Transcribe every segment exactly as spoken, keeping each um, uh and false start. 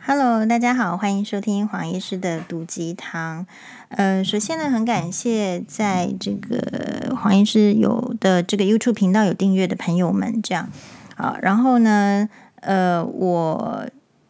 Hello， 大家好，欢迎收听黄医师的毒鸡汤。呃，首先呢，很感谢在这个黄医师有的这个 YouTube 频道有订阅的朋友们，这样啊。然后呢，呃，我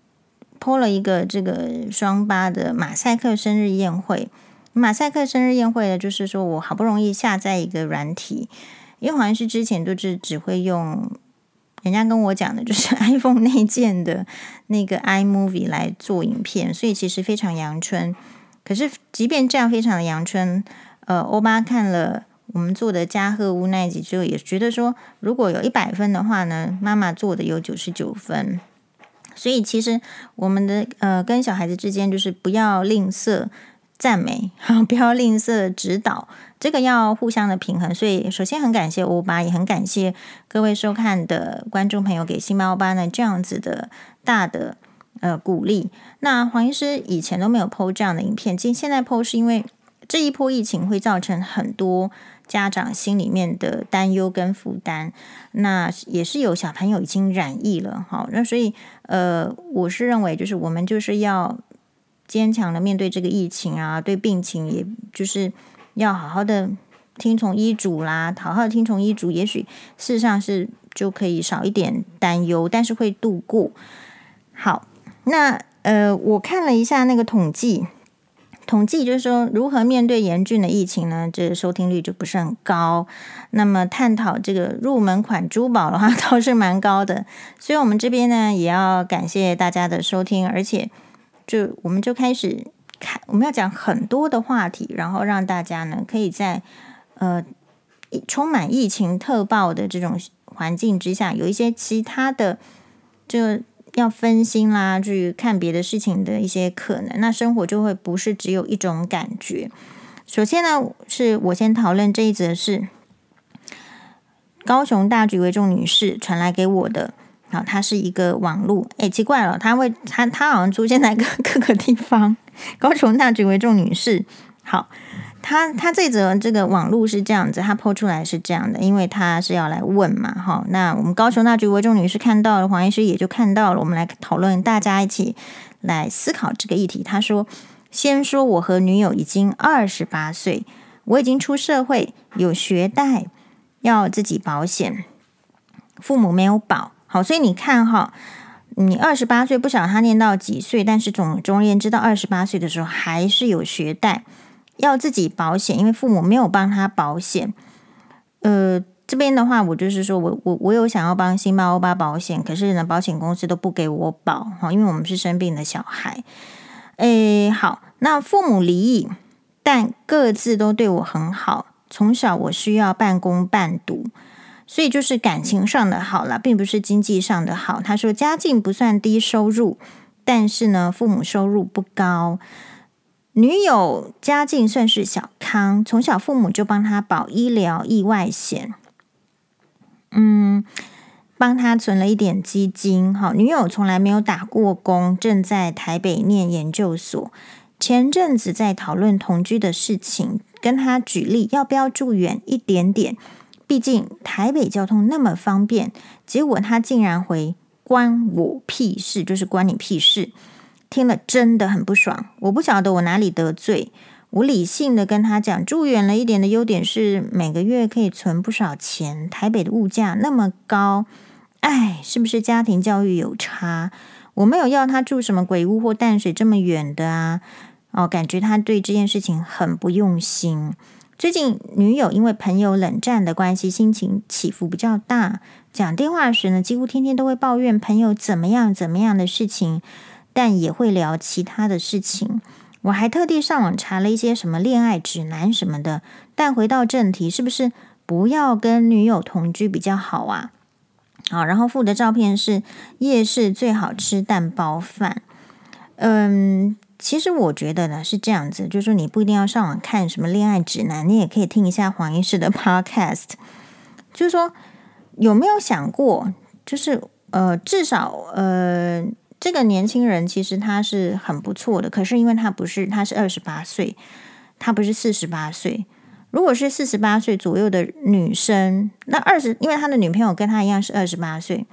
po 了一个这个双八的马赛克生日宴会。马赛克生日宴会呢，就是说我好不容易下载一个软体，因为黄医师之前都是只会用。人家跟我讲的就是 iPhone 内建的那个 iMovie 来做影片，所以其实非常阳春。可是即便这样非常的阳春，呃，欧巴看了我们做的加贺屋那一集之后，也觉得说，如果有一百分的话呢，妈妈做的有九十九分。所以其实我们的呃跟小孩子之间就是不要吝啬赞美，不要吝啬指导。这个要互相的平衡，所以首先很感谢欧巴，也很感谢各位收看的观众朋友给辛巴欧巴呢这样子的大的呃鼓励。那黄医师以前都没有 po 这样的影片，今现在 po 是因为这一波疫情会造成很多家长心里面的担忧跟负担，那也是有小朋友已经染疫了，好，那所以呃我是认为就是我们就是要坚强的面对这个疫情啊，对病情也就是要好好的听从医嘱啦，好好的听从医嘱，也许事实上是就可以少一点担忧，但是会度过。好，那呃，我看了一下那个统计，统计就是说如何面对严峻的疫情呢？这收听率就不是很高。那么探讨这个入门款珠宝的话，倒是蛮高的。所以我们这边呢，也要感谢大家的收听，而且就我们就开始。看，我们要讲很多的话题，然后让大家呢可以在呃充满疫情特报的这种环境之下，有一些其他的就要分心啦，去看别的事情的一些可能，那生活就会不是只有一种感觉。首先呢，是我先讨论这一则是高雄大举为众女士传来给我的。好，它是一个网路，哎，奇怪了，它会，它它好像出现在各各个地方。高雄大举为众女士，好，它它这则这个网路是这样子，它 po 出来是这样的，因为它是要来问嘛，哈，那我们高雄大举为众女士看到了，黄医师也就看到了，我们来讨论，大家一起来思考这个议题。他说，先说我和女友已经二十八岁，我已经出社会，有学贷，要自己保险，父母没有保。好，所以你看哈，你二十八岁，不晓得他念到几岁，但是总总而言之，到二十八岁的时候还是有学贷，要自己保险，因为父母没有帮他保险。呃，这边的话，我就是说我我我有想要帮辛巴欧巴保险，可是呢，保险公司都不给我保，哈，因为我们是生病的小孩。诶，好，那父母离异，但各自都对我很好，从小我需要半工半读。所以就是感情上的好啦，并不是经济上的好。他说家境不算低收入，但是呢，父母收入不高。女友家境算是小康，从小父母就帮他保医疗意外险，嗯，帮他存了一点基金。好，女友从来没有打过工，正在台北念研究所。前阵子在讨论同居的事情，跟他举例要不要住远一点点。毕竟台北交通那么方便，结果他竟然回关我屁事，就是关你屁事。听了真的很不爽，我不晓得我哪里得罪。我理性的跟他讲，住远了一点的优点是每个月可以存不少钱，台北的物价那么高，哎，是不是家庭教育有差？我没有要他住什么鬼屋或淡水这么远的啊，哦，感觉他对这件事情很不用心。最近女友因为朋友冷战的关系，心情起伏比较大。讲电话时呢，几乎天天都会抱怨朋友怎么样怎么样的事情，但也会聊其他的事情。我还特地上网查了一些什么恋爱指南什么的。但回到正题，是不是不要跟女友同居比较好啊？好，然后附的照片是夜市最好吃蛋包饭。嗯。其实我觉得呢是这样子，就是说你不一定要上网看什么恋爱指南，你也可以听一下黄医师的 podcast。就是说有没有想过，就是呃至少呃这个年轻人其实他是很不错的，可是因为他不是他是二十八岁，他不是四十八岁。如果是四十八岁左右的女生，那二十，因为他的女朋友跟他一样是二十八岁。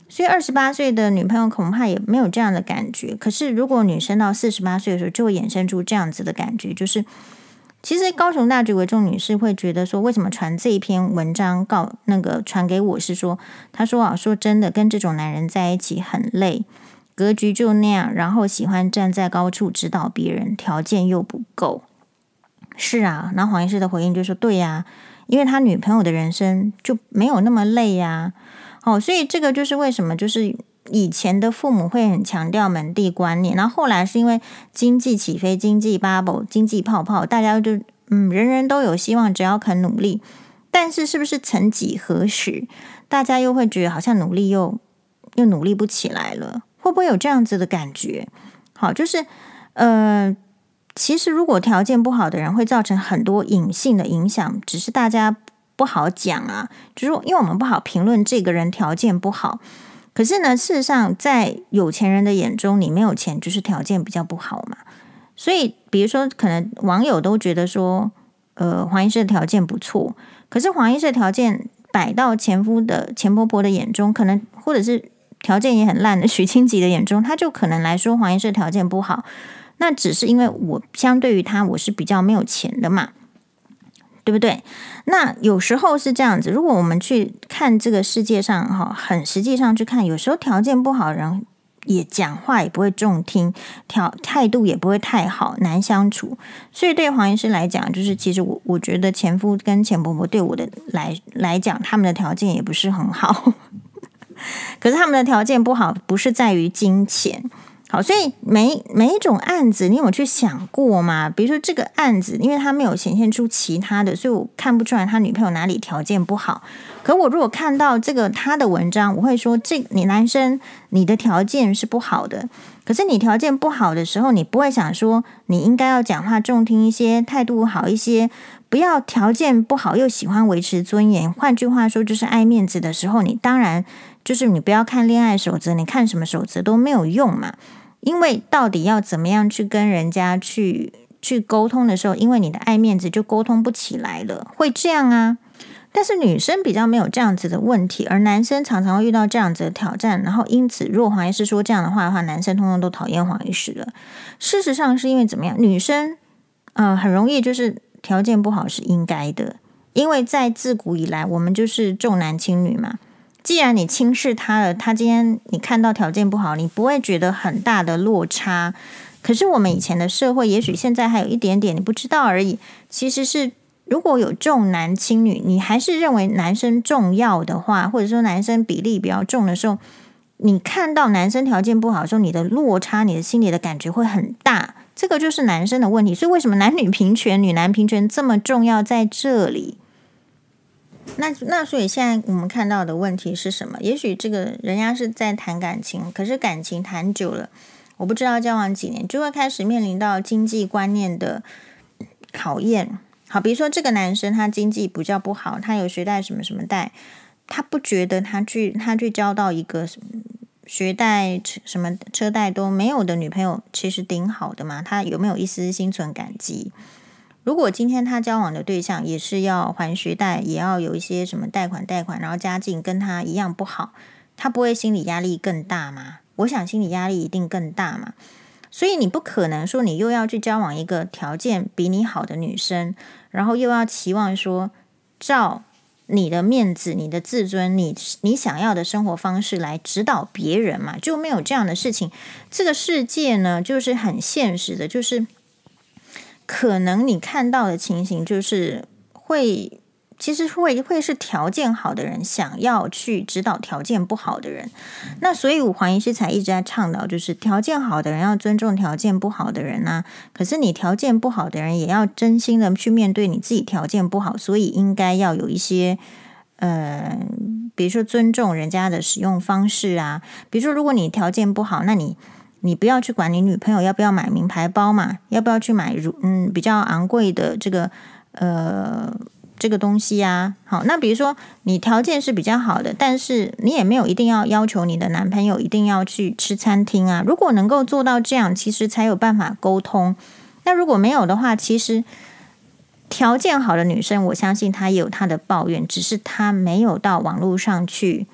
所以二十八岁的女朋友恐怕也没有这样的感觉。可是如果女生到四十八岁的时候，就会衍生出这样子的感觉，就是其实高雄大局为重女士会觉得说，为什么传这一篇文章告那个传给我是说，她说啊，说真的，跟这种男人在一起很累，格局就那样，然后喜欢站在高处指导别人，条件又不够。是啊，然后黄医师的回应就说，对呀、啊，因为他女朋友的人生就没有那么累呀、啊。哦，所以这个就是为什么就是以前的父母会很强调门第观念，然后后来是因为经济起飞、经济 bubble、经济泡泡，大家就嗯，人人都有希望，只要肯努力。但是是不是曾几何时，大家又会觉得好像努力又又努力不起来了？会不会有这样子的感觉？好，就是呃，其实如果条件不好的人，会造成很多隐性的影响，只是大家不好讲啊，就是说因为我们不好评论这个人条件不好。可是呢，事实上在有钱人的眼中，你没有钱就是条件比较不好嘛。所以比如说可能网友都觉得说呃，黄医师的条件不错，可是黄医师的条件摆到前夫的前婆婆的眼中，可能或者是条件也很烂的许清吉的眼中，他就可能来说黄医师的条件不好，那只是因为我相对于他我是比较没有钱的嘛，对不对？那有时候是这样子，如果我们去看这个世界上哈，很实际上去看，有时候条件不好的人也讲话也不会中听，条态度也不会太好，难相处。所以对黄医师来讲，就是其实我我觉得前夫跟前婆婆对我的来来讲，他们的条件也不是很好。可是他们的条件不好，不是在于金钱。好，所以每每一种案子，你有去想过吗？比如说这个案子，因为他没有显现出其他的，所以我看不出来他女朋友哪里条件不好。可我如果看到这个他的文章，我会说，这你男生你的条件是不好的。可是你条件不好的时候，你不会想说你应该要讲话中听一些，态度好一些，不要条件不好又喜欢维持尊严。换句话说，就是爱面子的时候，你当然就是你不要看恋爱守则，你看什么守则都没有用嘛。因为到底要怎么样去跟人家去去沟通的时候，因为你的爱面子就沟通不起来了，会这样啊。但是女生比较没有这样子的问题，而男生常常会遇到这样子的挑战，然后因此如果黄医师说这样的话的话，男生通通都讨厌黄医师了。事实上是因为怎么样，女生呃很容易就是条件不好是应该的，因为在自古以来我们就是重男轻女嘛。既然你轻视他了，他今天你看到条件不好，你不会觉得很大的落差。可是我们以前的社会，也许现在还有一点点你不知道而已，其实是如果有重男轻女，你还是认为男生重要的话，或者说男生比例比较重的时候，你看到男生条件不好的时候，你的落差，你的心里的感觉会很大。这个就是男生的问题。所以为什么男女平权、女男平权这么重要在这里？那那所以现在我们看到的问题是什么？也许这个人家是在谈感情，可是感情谈久了，我不知道交往几年，就会开始面临到经济观念的考验。好，比如说这个男生他经济比较不好，他有学贷什么什么贷，他不觉得他去他去交到一个学贷什么车贷都没有的女朋友，其实挺好的嘛。他有没有一丝心存感激？如果今天他交往的对象也是要还学贷，也要有一些什么贷款贷款，然后家境跟他一样不好，他不会心理压力更大吗？我想心理压力一定更大嘛。所以你不可能说你又要去交往一个条件比你好的女生，然后又要期望说照你的面子、你的自尊、你你想要的生活方式来指导别人嘛，就没有这样的事情。这个世界呢，就是很现实的，就是可能你看到的情形就是会，其实会会是条件好的人想要去指导条件不好的人。那所以黄医师才一直在倡导，就是条件好的人要尊重条件不好的人啊。可是你条件不好的人也要真心的去面对你自己条件不好，所以应该要有一些呃，比如说尊重人家的使用方式啊。比如说如果你条件不好，那你你不要去管你女朋友要不要买名牌包嘛，要不要去买嗯比较昂贵的这个呃这个东西啊。好，那比如说你条件是比较好的，但是你也没有一定要要求你的男朋友一定要去吃餐厅啊。如果能够做到这样，其实才有办法沟通。那如果没有的话，其实条件好的女生，我相信她也有她的抱怨，只是她没有到网络上去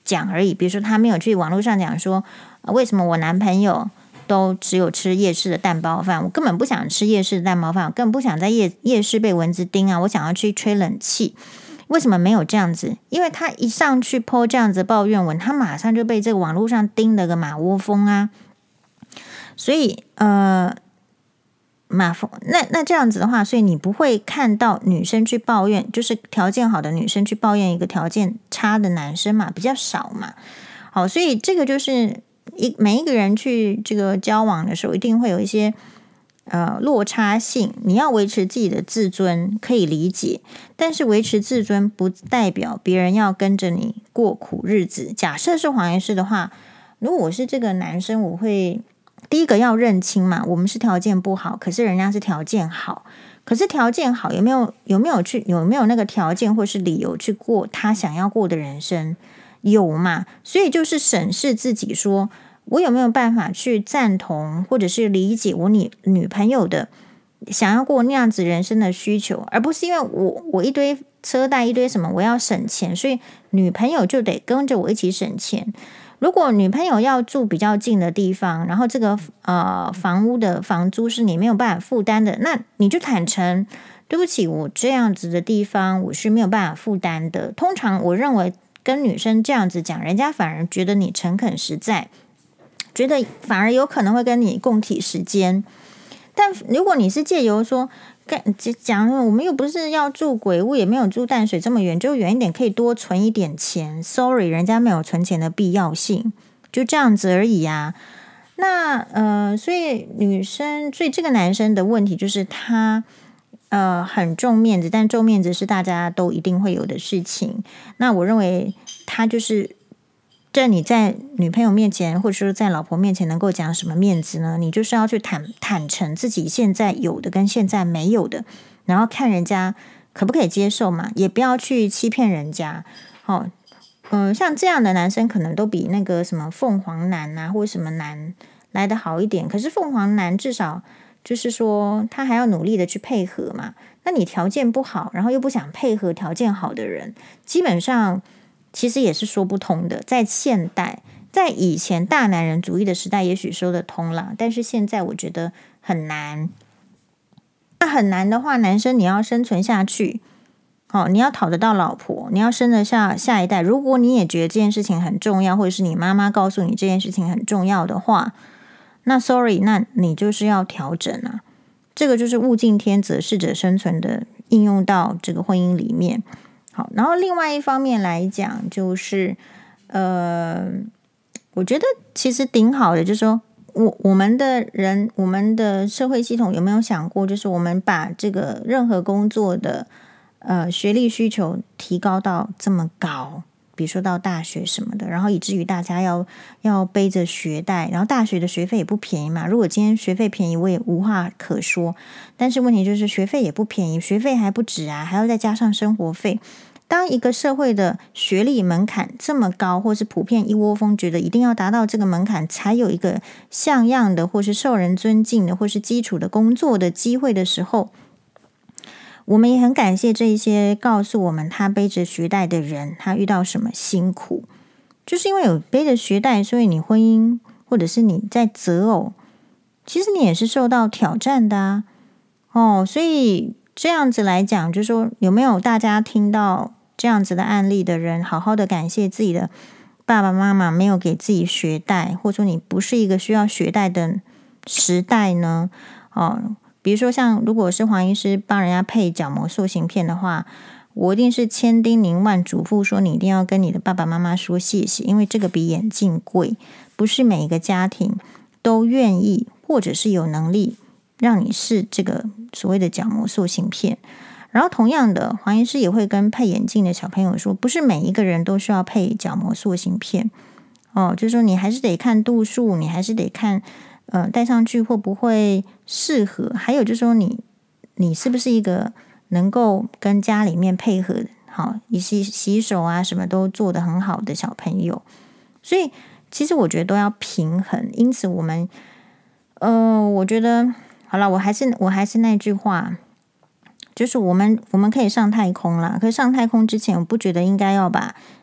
讲而已。比如说他没有去网络上讲说、呃、为什么我男朋友都只有吃夜市的蛋包饭，我根本不想吃夜市的蛋包饭，我根本不想在 夜, 夜市被蚊子叮啊，我想要去吹冷气。为什么没有这样子？因为他一上去 po 这样子抱怨文，他马上就被这个网络上叮了个马窝蜂啊。所以呃，马蜂那那这样子的话，所以你不会看到女生去抱怨，就是条件好的女生去抱怨一个条件差的男生嘛，比较少嘛。好，所以这个就是一每一个人去这个交往的时候，一定会有一些呃落差性。你要维持自己的自尊，可以理解，但是维持自尊不代表别人要跟着你过苦日子。假设是黄医师的话，如果我是这个男生，我会第一个要认清嘛，我们是条件不好，可是人家是条件好，可是条件好有没有有没有去有没有那个条件或是理由去过他想要过的人生？有嘛？所以就是审视自己说，我有没有办法去赞同或者是理解我女女朋友的想要过那样子人生的需求，而不是因为我我一堆车贷一堆什么我要省钱，所以女朋友就得跟着我一起省钱。如果女朋友要住比较近的地方，然后这个呃房屋的房租是你没有办法负担的，那你就坦诚，对不起，我这样子的地方我是没有办法负担的。通常我认为跟女生这样子讲，人家反而觉得你诚恳实在，觉得反而有可能会跟你共体时间。但如果你是借由说讲我们又不是要住鬼屋，也没有住淡水这么远，就远一点可以多存一点钱， sorry 人家没有存钱的必要性，就这样子而已啊。那呃，所以女生所以这个男生的问题就是他呃很重面子，但重面子是大家都一定会有的事情。那我认为他就是这你在女朋友面前或者说在老婆面前能够讲什么面子呢？你就是要去坦坦诚自己现在有的跟现在没有的，然后看人家可不可以接受嘛，也不要去欺骗人家。哦，嗯、呃，像这样的男生可能都比那个什么凤凰男啊或者什么男来得好一点。可是凤凰男至少就是说他还要努力的去配合嘛。那你条件不好，然后又不想配合条件好的人，基本上其实也是说不通的。在现代，在以前大男人主义的时代也许说得通啦，但是现在我觉得很难。那很难的话，男生你要生存下去，哦，你要讨得到老婆，你要生得下下一代，如果你也觉得这件事情很重要，或者是你妈妈告诉你这件事情很重要的话，那 sorry 那你就是要调整啊。这个就是物竞天择适者生存的应用到这个婚姻里面。好，然后另外一方面来讲，就是呃，我觉得其实挺好的，就是说我我们的人，我们的社会系统有没有想过，就是我们把这个任何工作的呃学历需求提高到这么高，比如说到大学什么的，然后以至于大家要要背着学贷，然后大学的学费也不便宜嘛。如果今天学费便宜，我也无话可说。但是问题就是学费也不便宜，学费还不止啊，还要再加上生活费。当一个社会的学历门槛这么高，或是普遍一窝蜂觉得一定要达到这个门槛才有一个像样的或是受人尊敬的或是基础的工作的机会的时候，我们也很感谢这一些告诉我们他背着学贷的人他遇到什么辛苦。就是因为有背着学贷，所以你婚姻或者是你在择偶，其实你也是受到挑战的啊。哦，所以这样子来讲，就是说有没有大家听到这样子的案例的人，好好的感谢自己的爸爸妈妈没有给自己学贷，或者说你不是一个需要学贷的时代呢？哦，比如说像如果是黄医师帮人家配角膜塑形片的话，我一定是千叮咛万嘱咐说，你一定要跟你的爸爸妈妈说谢谢，因为这个比眼镜贵，不是每一个家庭都愿意或者是有能力让你试这个所谓的角膜塑形片。然后同样的，黄医师也会跟配眼镜的小朋友说，不是每一个人都需要配角膜塑形片哦，就是说你还是得看度数，你还是得看呃戴上去会不会适合，还有就是说你你是不是一个能够跟家里面配合好，以及洗手啊什么都做得很好的小朋友。所以其实我觉得都要平衡，因此我们呃我觉得好了，我还是我还是那句话，就是我们我们可以上太空啦，可是上太空之前，我不觉得应该要把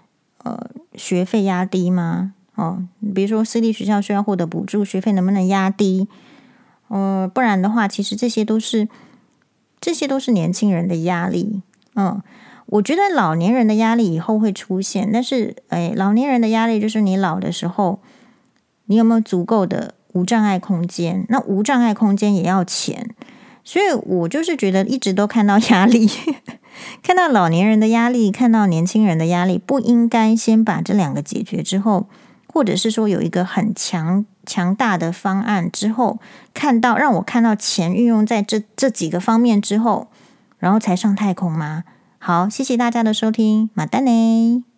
呃学费压低吗？哦，比如说私立学校需要获得补助，学费能不能压低？呃，不然的话，其实这些都是这些都是年轻人的压力。嗯，我觉得老年人的压力以后会出现，但是哎，老年人的压力就是你老的时候，你有没有足够的无障碍空间？那无障碍空间也要钱，所以我就是觉得一直都看到压力，看到老年人的压力，看到年轻人的压力，不应该先把这两个解决之后，或者是说有一个很强强大的方案之后，看到让我看到钱运用在这这几个方面之后，然后才上太空吗？好，谢谢大家的收听，马丹呢。